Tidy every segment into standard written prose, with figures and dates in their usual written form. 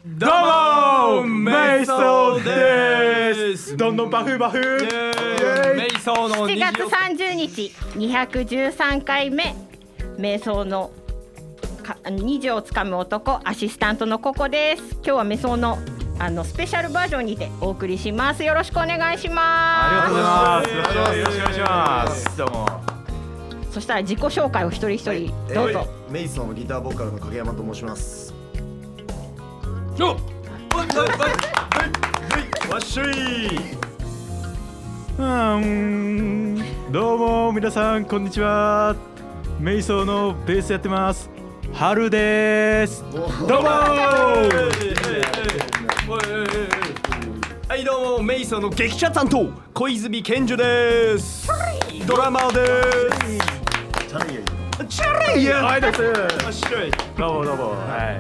どうもメイソーです。どんどんバフバフ。 メイソーの 7月30日213回目メイソーの虹をつかむ男アシスタントのココです。今日はメイソーのスペシャルバージョンにてお送りします。よろしくお願いします。 ありがとうございます。よろしくお願いします。どうも。 そしたら自己紹介を一人一人どうぞ。 メイソーのギターボーカルの影山と申します。 わっしょい。どうも皆さんこんにちは。メイソーのベースやってます春です。どうもはいどうもメイソーの劇者担当小泉健二です。ドラマーです。 チャレイヤはいです。 わっしょい。 どうもどうも。はい。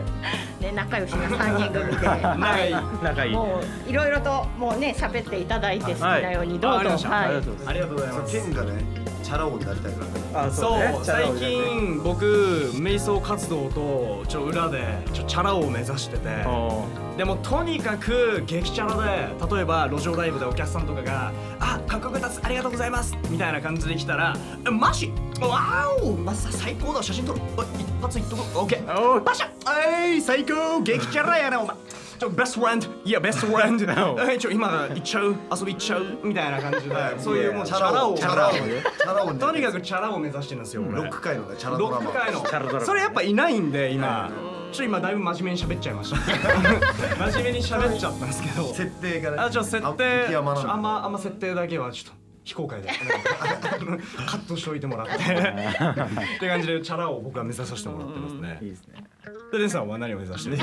ね、仲良しな3人組で仲いい。 もういろいろともうね喋っていただいて好きなようにどうぞ。 ありがとうございます。 ケンがねチャラ男になりたいからね。 そう最近僕メイソー活動と裏でチャラ男を目指してて、でもとにかく激チャラで、例えば路上ライブでお客さんとかがかっこよく立つありがとうございますみたいな感じで来たらマジわー最高だ写真撮る一発いっとくオッケーバシャ最高激チャラやなお前ベストフレンドいやベストフレンド今行っちゃう遊び行っちゃうみたいな感じでそういうもうチャラをとにかくチャラを目指してるんですよ。 ロック界のねチャラドラマ。 ロック界のそれやっぱいないんで今今だいぶ真面目に喋っちゃいました真面目に喋っちゃったんですけど設定がね設定あんま設定だけはちょっと非公開でカットしといてもらってって感じでチャラを僕は目指させてもらってますね。いいですね。でレンさんは何を目指してる？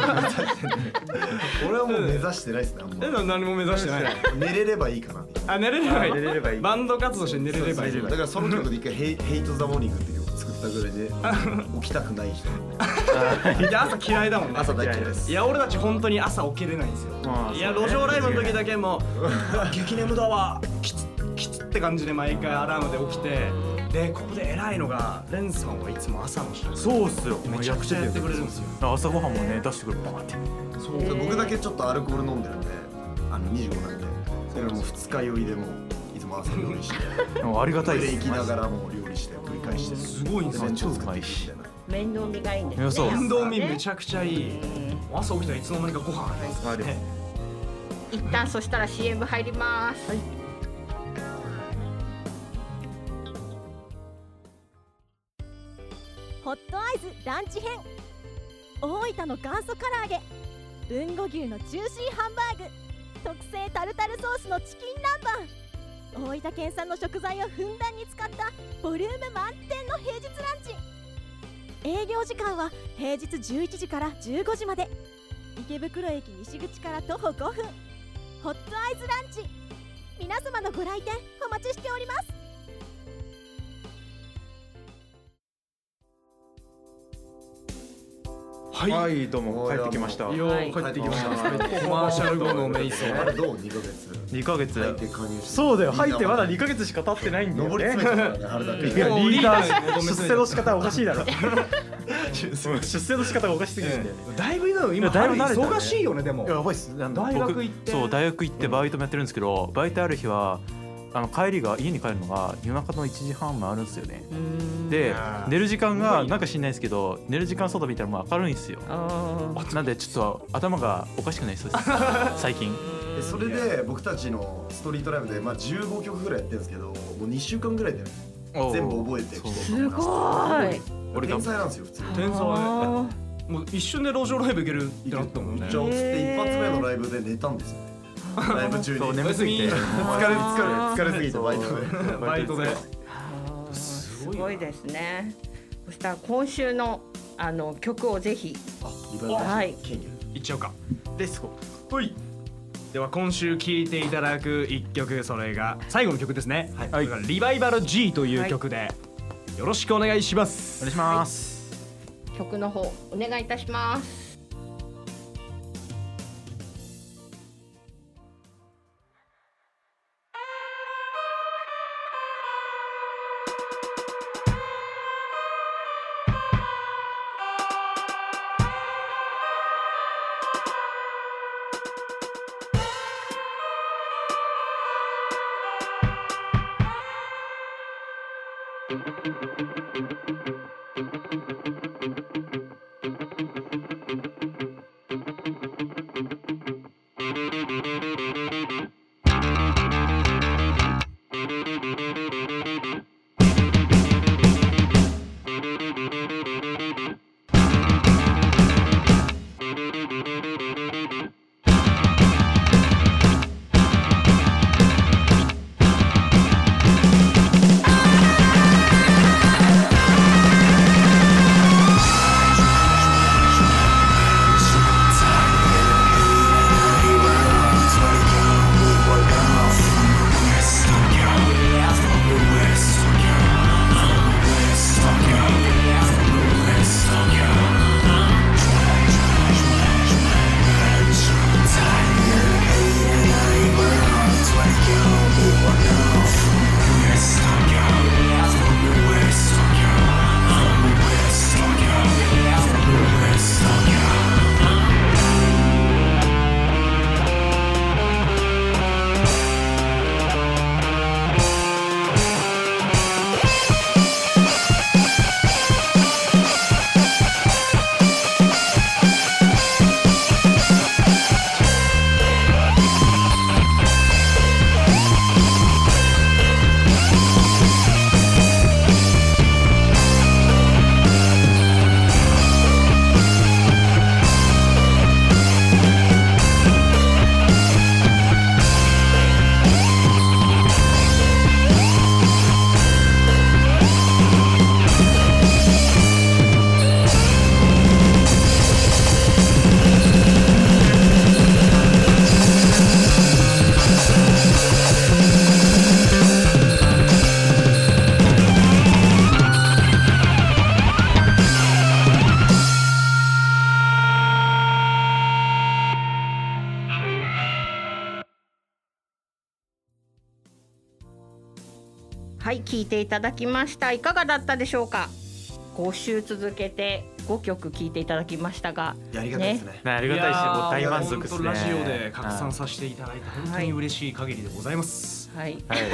俺はもう目指してないですね。 レンさん何も目指してない。 寝れればいいかな。 寝れればいい。バンド活動して寝れればいい。 だからその曲で一回ヘイトザモーニングっていう曲を作ったぐらいで起きたくない人。 いや朝嫌いだもんね。 朝大嫌いです。 いや俺たち本当に朝起きれないんですよ。いや路上ライブの時だけも激眠だわきつって感じで毎回アラームで起きて、でここで偉いのがレンさんはいつも朝の支度そうっすよ。 めちゃくちゃやってくれるんですよ。 朝ごはんもね出してくれるバーって。 そう僕だけちょっとアルコール飲んでるんで25なんでそれも二日酔いでもいつも朝料理してありがたいです。 行きながらも料理して繰り返してすごいんですよ。 超うまいし面倒見がいいんですね。 面倒見めちゃくちゃいい。朝起きたらいつの間にかご飯ありますね。 一旦そしたら CM 入ります。はい。 ホットアイズランチ編。大分の元祖唐揚げ、豊後牛のジューシーハンバーグ、特製タルタルソースのチキン南蛮、大分県産の食材をふんだんに使ったボリューム満点の平日ランチ。営業時間は平日11時から15時まで。池袋駅西口から徒歩5分。ホットアイズランチ、皆様のご来店お待ちしております。 はいどうも帰ってきました。 帰ってきました。コマーシャル後のメイソー。 あれどう2ヶ月入って加入して。そうだよ入ってまだ2ヶ月しか経ってないんだよね。 上り詰めたからねあれだけ。 リーダー出世の仕方おかしいだろ。出世の仕方がおかしすぎるんだよね。 だいぶ今忙しいよね。でもやばいっす。大学行ってそう大学行ってバイトもやってるんですけど、バイトある日は帰りが家に帰るのが夜中の1時半もあるんですよね。で寝る時間がなんか知んないですけど寝る時間外見たらもう明るいんですよ。なんでちょっと頭がおかしくないです最近。 それで僕たちのストリートライブで15曲ぐらいやってるんですけどもう2週間ぐらいで全部覚えてきて。 すごい。 俺天才なんですよ普通に。 天才。もう一瞬で路上ライブ行けるってなったもんね。 じゃあつって一発目のライブで寝たんですよね。ライブ中に眠すぎて疲れすぎてバイトで。 すごいですね。そしたら今週の曲をぜひはいいっちゃおうか。レッツゴー。はい。では今週聴いていただく一曲、それが最後の曲ですね。はい。リバイバル G という曲でよろしくお願いします。 お願いします。 曲の方お願いいたします。 はい、聴いていただきました。いかがだったでしょうか。5週続けて5曲聴いていただきましたが、 ありがたいですね。 ありがたいし、もう大満足ですね。 ラジオで拡散させていただいて本当に嬉しい限りでございます。 はい。 はい。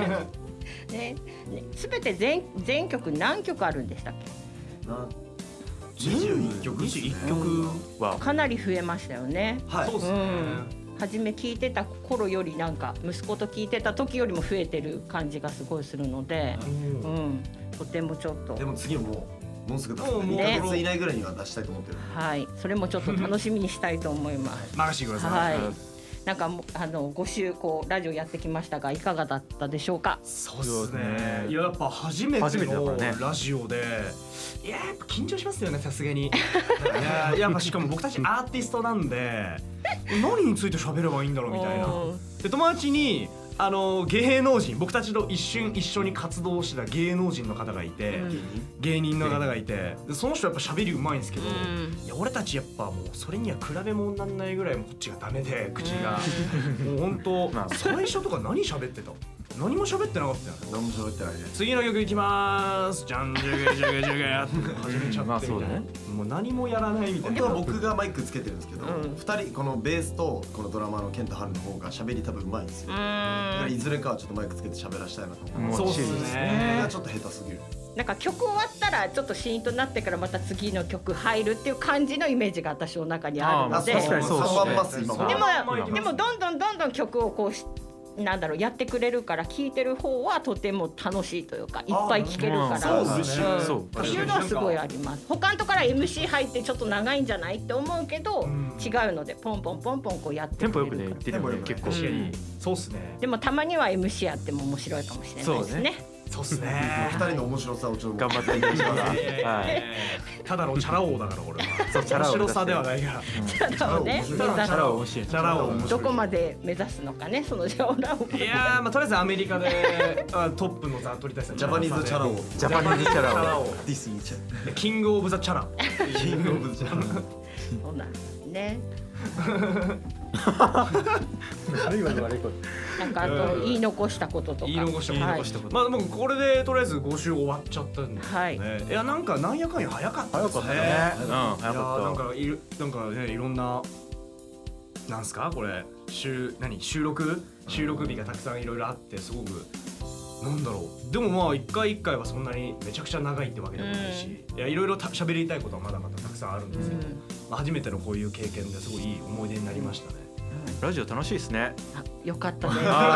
すべて全曲何曲あるんでしたっけ ？21曲ですね。 21曲はかなり増えましたよね。 はい。 そうですね。 初め聞いてた頃よりなんか息子と聞いてた時よりも増えてる感じがすごいするので、とてもちょっとでも次もうすぐ2ヶ月以内ぐらいには出したいと思ってる。 はい、それもちょっと楽しみにしたいと思います。 任せてください。 はい。なんか5週ラジオやってきましたがいかがだったでしょうか。 そうですね。いややっぱ初めてのラジオで、いややっぱ緊張しますよね、さすがに。やっぱしかも僕たちアーティストなんで何について喋ればいいんだろうみたいな。で友達に芸能人、僕たちと一緒に活動してた芸能人の方がいて、芸人の方がいて、その人やっぱ喋りうまいんですけど、いや俺たちやっぱもうそれには比べ物にならないぐらいこっちがダメで、口がもう本当最初とか何喋ってた？何も喋ってなかったよね。 何も喋ってないね。 次の曲いきまーす。じゃんじゃがじゃがじゃがやって始めちゃってみたいな。もう何もやらないみたいな。 本当は僕がマイクつけてるんですけど、2人このベースとこのドラマーのケンとハルの方が喋り多分うまいんですよ。だからいずれかはちょっとマイクつけて喋らしたいなと思う。 そうですね。 それがちょっと下手すぎる。 なんか曲終わったらちょっとシーンとなってからまた次の曲入るっていう感じのイメージが私の中にあるので、 確かにそうですね。 でもどんどん曲をこうなんだろうやってくれるから聴いてる方はとても楽しいというかいっぱい聴けるからっていうのはすごいあります。他のところから MC 入ってちょっと長いんじゃないって思うけど違うのでポンポンポンポンこうやってくれるから。 テンポよくね言ってるよね結構。 そうっすね。 でもたまには MC やっても面白いかもしれないですね。 そうっすね。 2人の面白さをちょっと頑張っていきましょう。 ただのチャラ王だから俺は。 そうチャラ王面白さではないから。 チャラをねチャラ王面白い。 チャラ王どこまで目指すのかねそのチャラを。 いやまあとりあえずアメリカでトップの座取りたいですね。 ジャパニーズチャラ王。 ジャパニーズチャラ王。 ディスイーチャ。 キングオブザチャラ。 キングオブザチャラ。 そうなんですね。なんかあと言い残したこととか。 言い残したこと。まあもうこれでとりあえず5週終わっちゃったんで。 はい。 いやなんかなんやかんや早かったですね。 早かった。 なんかねいろんななんすかこれ収録日がたくさんいろいろあってすごくなんだろう、でもまあ一回一回はそんなにめちゃくちゃ長いってわけでもないし、いやいろいろ喋りたいことはまだまだたくさんあるんですけど、まあ、初めてのこういう経験ですごいいい思い出になりましたね。 ラジオ楽しいですね。 よかったね。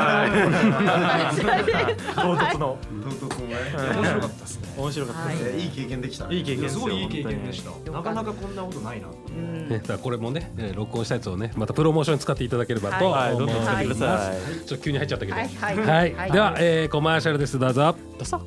唐突の面白かったですね。 面白かったですね。 いい経験できた。 いい経験ですよ。 すごいいい経験でした。なかなかこんなことないな。 これもね、録音したやつをね、またプロモーションに使っていただければと思います。 どんどん使ってください。 ちょっと急に入っちゃったけど。 はいではコマーシャルです。どうぞ。 どうぞ。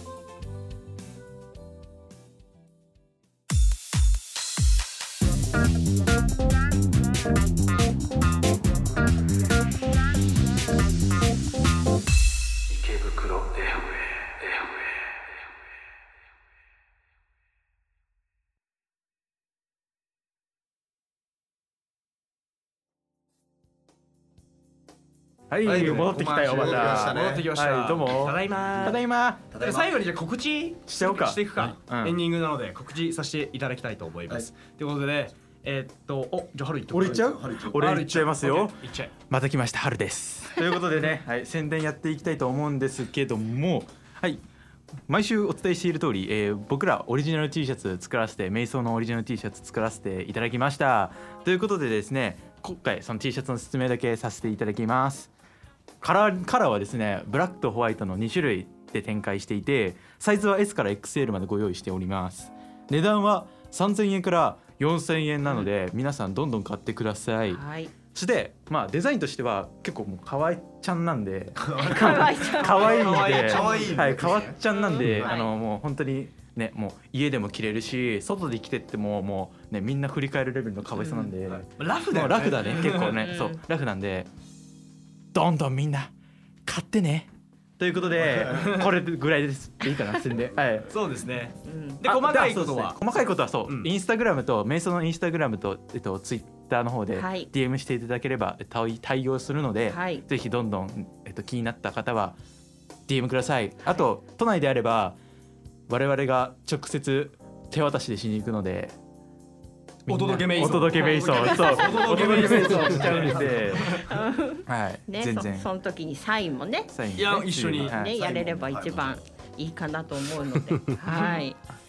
はい、戻ってきたよ、また。 戻ってきました。 どうも。 ただいま。 ただいま。 最後にじゃあ告知しちゃおうか。 していくか。エンディングなので告知させていただきたいと思います。ということで、じゃあ春行って。 俺行っちゃう？俺行っちゃいますよ。 行っちゃえ。 また来ました、春です。ということでね、はい、宣伝やっていきたいと思うんですけども、はい。毎週お伝えしている通り、僕らオリジナル T シャツ作らせて、瞑想のオリジナル T シャツ作らせていただきました。ということでですね、今回その T シャツの説明だけさせていただきます。カラーはですね、ブラックとホワイトの2種類で展開していて、サイズは S から XL までご用意しております。値段は3000円から4000円なので、皆さんどんどん買ってください。 はい。 そしてまあデザインとしては結構もう可愛ちゃんなんで、 可愛い可愛いんで、 はい、 可愛ちゃんなんで、もう本当にね、もう家でも着れるし、外で着てってももうね、みんな振り返るレベルの可愛さなんで、 ラフだよね。 ラフだね、結構ね、そうラフなんで、どんどんみんな買ってね。ということで、これぐらいですいいかな、宣伝。はい。 そうですね。で細かいことはそう、インスタグラムと瞑想のインスタグラムとツイッターの方で DM していただければ対応するので、ぜひどんどん気になった方は DM ください。あと都内であれば我々が直接手渡しでしに行くので。 お届け瞑想、 そう、お届け瞑想しちゃうんで、はい、 ね、 全然その時にサインもね、 いや一緒にねやれれば一番いいかなと思うので、はい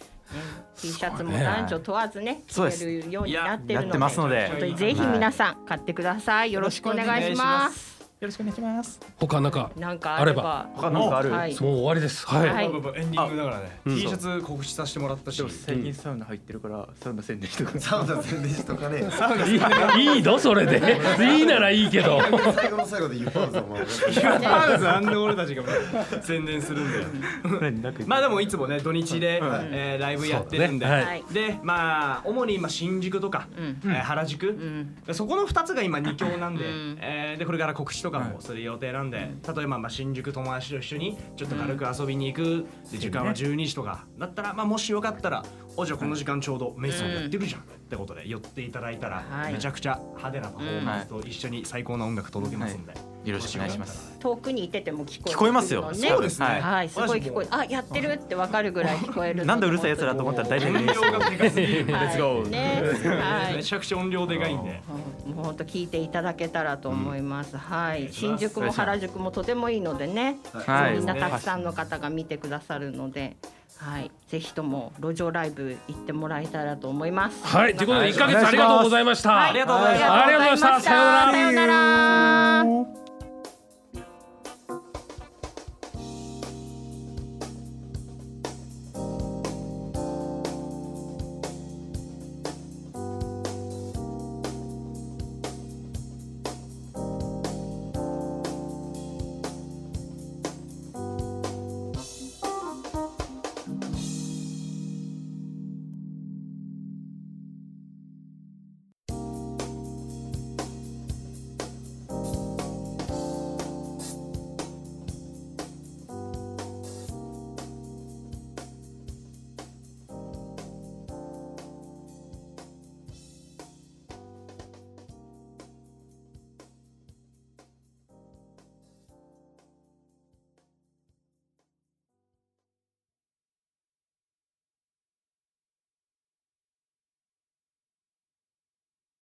。T シャツも男女問わずね着れるようになってるので、本当にぜひ皆さん買ってください。よろしくお願いします。 よろしくお願いします。 他なんかあれば、 他なんかある？もう終わりです。はい。 エンディングだからね。T シャツ告知させてもらったし、 最近サウナ入ってるからサウナ宣伝しとか。 サウナ宣伝しとかね。 いいのそれで。いいならいいけど。 最後の最後でユパウズをパウズあんで俺たちが宣伝するんで。まあでもいつもね土日でライブやってるんで、でまあ主に今新宿とか原宿、そこの2つが今2強なんで、でこれから告知とかもする予定なんで、例えば新宿友達と一緒にちょっと軽く遊びに行く、で時間は12時とかだったら、まあもしよかったらじゃあこの時間ちょうど瞑想やってるじゃんってことで寄っていただいたら、めちゃくちゃ派手なパフォーマンスと一緒に最高な音楽届けますんで、 よろしくお願いします。 遠くにいてても聞こえますよ。 そうですね。 はい、すごい聞こえ、あ、やってるってわかるぐらい聞こえる。 なんでうるさいやつだと思ったら大体音量がでかすぎる。 レッツゴー。 ね、はい。 めちゃくちゃ音量でかいんで、 もう本当聞いていただけたらと思います。はい。新宿も原宿もとてもいいのでね。はい。みんなたくさんの方が見てくださるので。はい、ぜひとも路上ライブ行ってもらえたらと思います。 はい、ということで1ヶ月ありがとうございました。 ありがとうございました。 ありがとうございました。 さようなら。